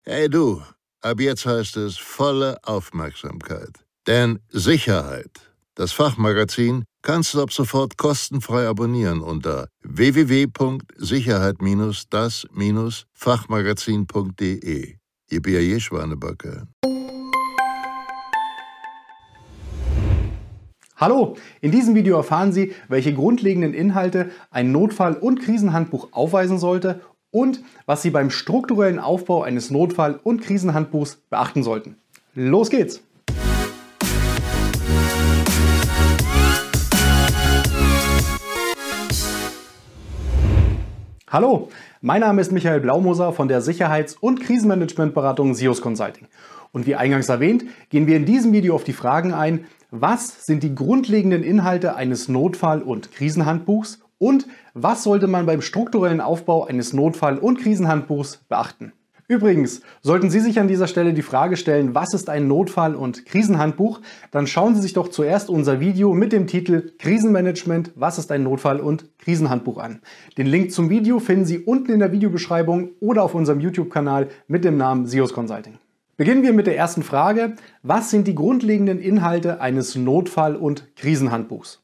Hey du, ab jetzt heißt es volle Aufmerksamkeit. Denn Sicherheit, das Fachmagazin, kannst du ab sofort kostenfrei abonnieren unter www.sicherheit-das-fachmagazin.de. Ihr B.A.J. Schwanebacke. Hallo, in diesem Video erfahren Sie, welche grundlegenden Inhalte ein Notfall- und Krisenhandbuch aufweisen sollte und was Sie beim strukturellen Aufbau eines Notfall- und Krisenhandbuchs beachten sollten. Los geht's! Hallo, mein Name ist Michael Blaumoser von der Sicherheits- und Krisenmanagementberatung SIOS Consulting. Und wie eingangs erwähnt, gehen wir in diesem Video auf die Fragen ein: Was sind die grundlegenden Inhalte eines Notfall- und Krisenhandbuchs und was sollte man beim strukturellen Aufbau eines Notfall- und Krisenhandbuchs beachten? Übrigens, sollten Sie sich an dieser Stelle die Frage stellen, was ist ein Notfall- und Krisenhandbuch, dann schauen Sie sich doch zuerst unser Video mit dem Titel Krisenmanagement, was ist ein Notfall- und Krisenhandbuch an. Den Link zum Video finden Sie unten in der Videobeschreibung oder auf unserem YouTube-Kanal mit dem Namen SIOS Consulting. Beginnen wir mit der ersten Frage: Was sind die grundlegenden Inhalte eines Notfall- und Krisenhandbuchs?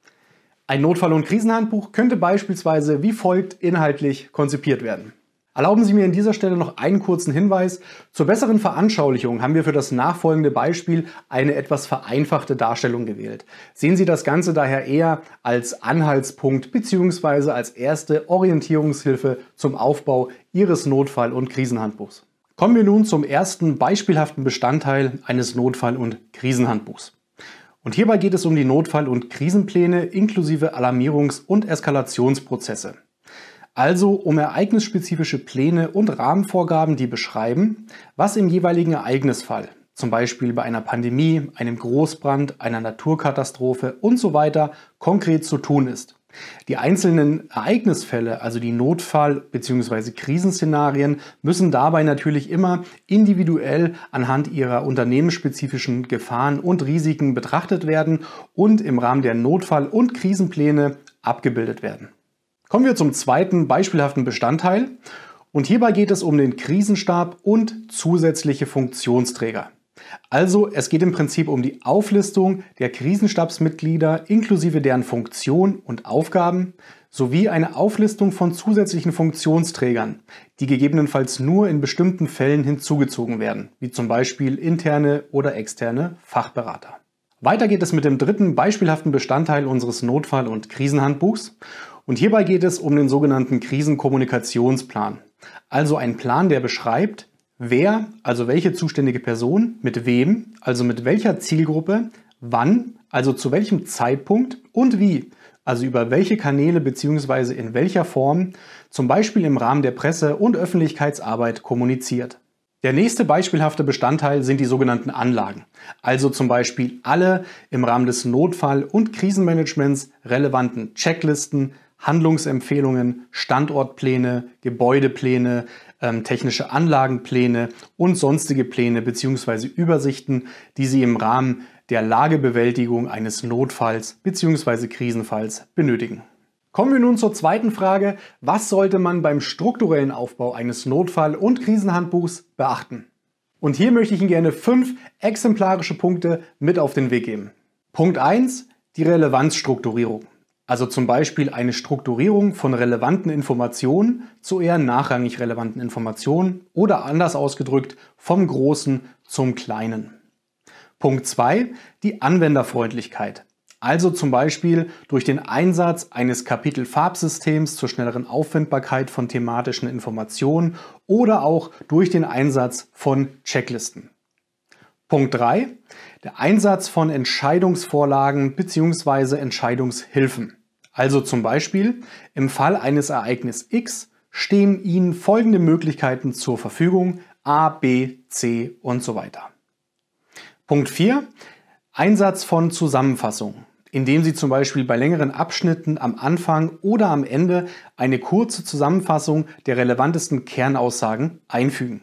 Ein Notfall- und Krisenhandbuch könnte beispielsweise wie folgt inhaltlich konzipiert werden. Erlauben Sie mir an dieser Stelle noch einen kurzen Hinweis. Zur besseren Veranschaulichung haben wir für das nachfolgende Beispiel eine etwas vereinfachte Darstellung gewählt. Sehen Sie das Ganze daher eher als Anhaltspunkt bzw. als erste Orientierungshilfe zum Aufbau Ihres Notfall- und Krisenhandbuchs. Kommen wir nun zum ersten beispielhaften Bestandteil eines Notfall- und Krisenhandbuchs. Und hierbei geht es um die Notfall- und Krisenpläne inklusive Alarmierungs- und Eskalationsprozesse. Also um ereignisspezifische Pläne und Rahmenvorgaben, die beschreiben, was im jeweiligen Ereignisfall, zum Beispiel bei einer Pandemie, einem Großbrand, einer Naturkatastrophe und so weiter, konkret zu tun ist. Die einzelnen Ereignisfälle, also die Notfall- bzw. Krisenszenarien, müssen dabei natürlich immer individuell anhand ihrer unternehmensspezifischen Gefahren und Risiken betrachtet werden und im Rahmen der Notfall- und Krisenpläne abgebildet werden. Kommen wir zum zweiten beispielhaften Bestandteil und hierbei geht es um den Krisenstab und zusätzliche Funktionsträger. Also es geht im Prinzip um die Auflistung der Krisenstabsmitglieder inklusive deren Funktion und Aufgaben sowie eine Auflistung von zusätzlichen Funktionsträgern, die gegebenenfalls nur in bestimmten Fällen hinzugezogen werden, wie zum Beispiel interne oder externe Fachberater. Weiter geht es mit dem dritten beispielhaften Bestandteil unseres Notfall- und Krisenhandbuchs. Und hierbei geht es um den sogenannten Krisenkommunikationsplan. Also ein Plan, der beschreibt, wer, also welche zuständige Person, mit wem, also mit welcher Zielgruppe, wann, also zu welchem Zeitpunkt und wie, also über welche Kanäle bzw. in welcher Form, zum Beispiel im Rahmen der Presse- und Öffentlichkeitsarbeit kommuniziert. Der nächste beispielhafte Bestandteil sind die sogenannten Anlagen, also zum Beispiel alle im Rahmen des Notfall- und Krisenmanagements relevanten Checklisten, Handlungsempfehlungen, Standortpläne, Gebäudepläne, technische Anlagenpläne und sonstige Pläne bzw. Übersichten, die Sie im Rahmen der Lagebewältigung eines Notfalls bzw. Krisenfalls benötigen. Kommen wir nun zur zweiten Frage: Was sollte man beim strukturellen Aufbau eines Notfall- und Krisenhandbuchs beachten? Und hier möchte ich Ihnen gerne 5 exemplarische Punkte mit auf den Weg geben. Punkt 1: Die Relevanzstrukturierung. Also zum Beispiel eine Strukturierung von relevanten Informationen zu eher nachrangig relevanten Informationen oder anders ausgedrückt vom Großen zum Kleinen. Punkt 2: Die Anwenderfreundlichkeit. Also zum Beispiel durch den Einsatz eines Kapitelfarbsystems zur schnelleren Auffindbarkeit von thematischen Informationen oder auch durch den Einsatz von Checklisten. Punkt 3: Der Einsatz von Entscheidungsvorlagen bzw. Entscheidungshilfen. Also zum Beispiel im Fall eines Ereignis X stehen Ihnen folgende Möglichkeiten zur Verfügung: A, B, C und so weiter. Punkt 4: Einsatz von Zusammenfassungen, indem Sie zum Beispiel bei längeren Abschnitten am Anfang oder am Ende eine kurze Zusammenfassung der relevantesten Kernaussagen einfügen.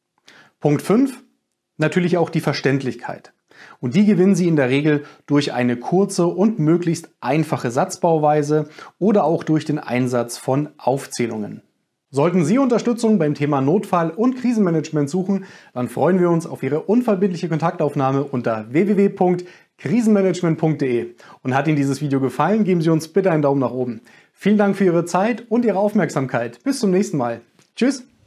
Punkt 5: Natürlich auch die Verständlichkeit. Und die gewinnen Sie in der Regel durch eine kurze und möglichst einfache Satzbauweise oder auch durch den Einsatz von Aufzählungen. Sollten Sie Unterstützung beim Thema Notfall- und Krisenmanagement suchen, dann freuen wir uns auf Ihre unverbindliche Kontaktaufnahme unter www.krisenmanagement.de. Und hat Ihnen dieses Video gefallen, geben Sie uns bitte einen Daumen nach oben. Vielen Dank für Ihre Zeit und Ihre Aufmerksamkeit. Bis zum nächsten Mal. Tschüss!